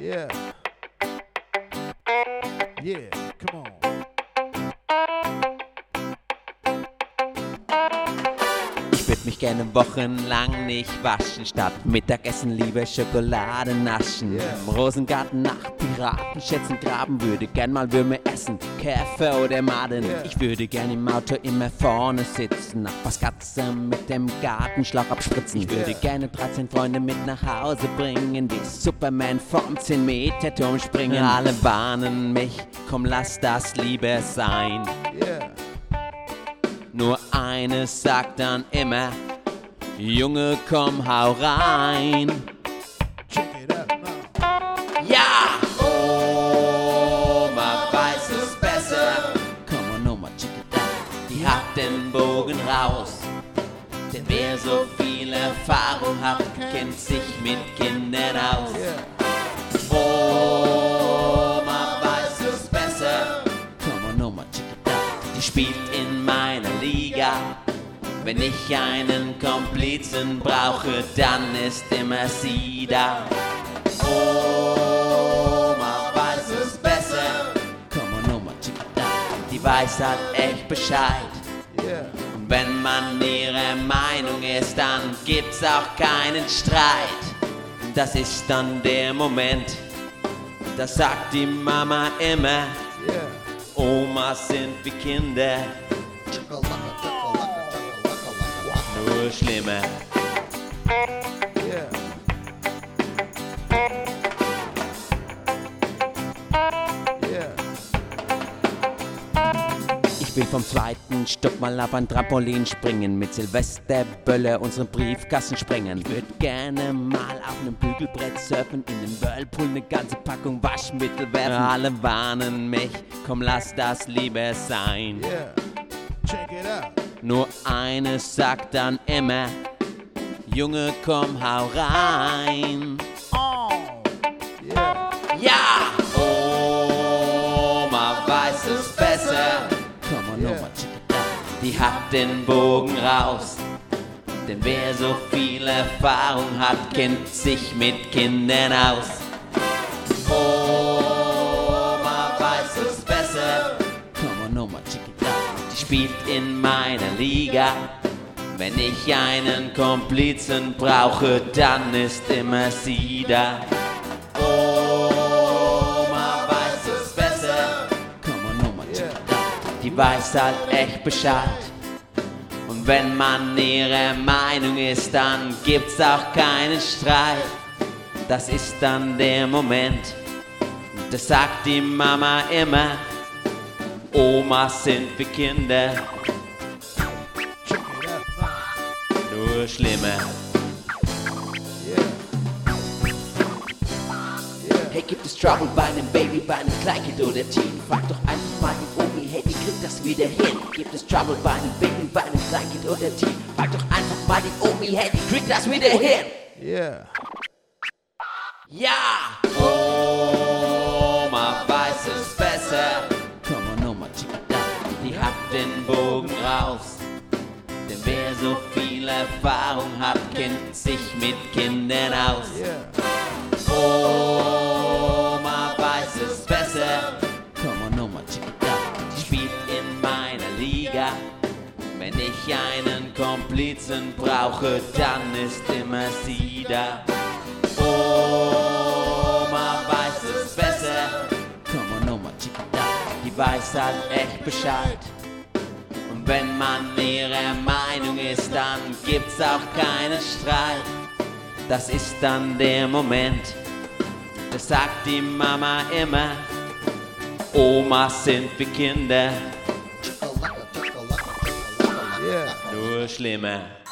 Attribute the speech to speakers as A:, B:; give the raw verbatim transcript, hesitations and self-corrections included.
A: Yeah. Yeah, come on.
B: Ich würd mich gerne wochenlang nicht waschen, statt Mittagessen lieber Schokolade naschen.
A: Yeah.
B: Im Rosengarten nach Piratenschätzen graben, würde gern mal Würmer essen, Käfer oder Maden.
A: Yeah.
B: Ich würde gern im Auto immer vorne sitzen, Nachbars Katze mit dem Gartenschlauch abspritzen. Ich würde
A: Yeah.
B: gerne dreizehn Freunde mit nach Hause bringen, die Superman vom zehn Meter Turm springen. Alle warnen mich, komm lass das lieber sein.
A: Yeah.
B: Nur eines sagt dann immer, Junge, komm, hau rein.
A: Check it out now.
B: Ja! Oma weiß es besser. Komm on, Oma, check it out. Die hat den Bogen raus. Denn wer so viel Erfahrung hat, kennt sich mit Kindern aus.
A: Yeah.
B: Oma weiß es besser. Komm on, Oma, check it out. Die spielt in meiner Liga. Wenn ich einen Komplizen brauche, dann ist immer sie da. Oma weiß es besser. Komm on, Oma, check it out. Die weiß halt echt Bescheid.
A: Yeah.
B: Und wenn man ihrer Meinung ist, dann gibt's auch keinen Streit. Das ist dann der Moment, da sagt die Mama immer,
A: Yeah.
B: Omas sind wie Kinder, nur schlimmer.
A: Yeah. Yeah.
B: Ich will vom zweiten Stock mal auf ein Trampolin springen, mit Silvesterböller unseren Briefkasten sprengen. Ich würd gerne mal auf nem Bügelbrett surfen, in den Whirlpool ne ganze Packung Waschmittel werfen. Alle warnen mich, komm lass das lieber sein.
A: Yeah. Check it out.
B: Nur eines sagt dann immer, Junge, komm, hau rein.
A: Oh. Yeah.
B: Ja! Oma weiß es besser. Komm on,
A: Yeah.
B: Oma, check it out. Die hat den Bogen raus. Denn wer so viel Erfahrung hat, kennt sich mit Kindern aus. Oma weiß es besser. Komm on, Oma, check it out. Die spielt in meiner Liga. Wenn ich einen Komplizen brauche, dann ist immer sie da. Oma weiß es besser. Komm on, Oma, check it out. Die weiß halt echt Bescheid. Und wenn man ihrer Meinung ist, dann gibt's auch keinen Streit. Das ist dann der Moment, das sagt die Mama immer. Omas sind wie Kinder,
A: Check it out now.
B: nur schlimmer.
A: Yeah. Yeah.
B: Hey, gibt es Trouble bei einem Baby, bei einem Kleinkind oder Teen? Frag doch einfach mal die Omi, hey, wie kriegt das wieder hin? Gibt es Trouble bei einem Baby, bei einem Kleinkind oder Teen? Frag doch einfach mal die Omi, hey, wie kriegt das wieder hin?
A: Yeah.
B: Ja! Oma weiß es besser. Komm on, Oma, check it out. Die hat den Bogen raus. Denn wer so viel Erfahrung hat, kennt sich mit Kindern aus.
A: Yeah.
B: Oma weiß es besser. Komm on, Oma, check it out. Die spielt in meiner Liga. Wenn ich einen Komplizen brauche, dann ist immer sie da. Oma weiß es besser. Komm on, Oma, check it out. Die weiß halt echt Bescheid. Und wenn man ihrer Meinung ist, dann gibt's auch keinen Streit. Das ist dann der Moment, das sagt die Mama immer. Omas sind wie Kinder,
A: Yeah.
B: nur schlimmer.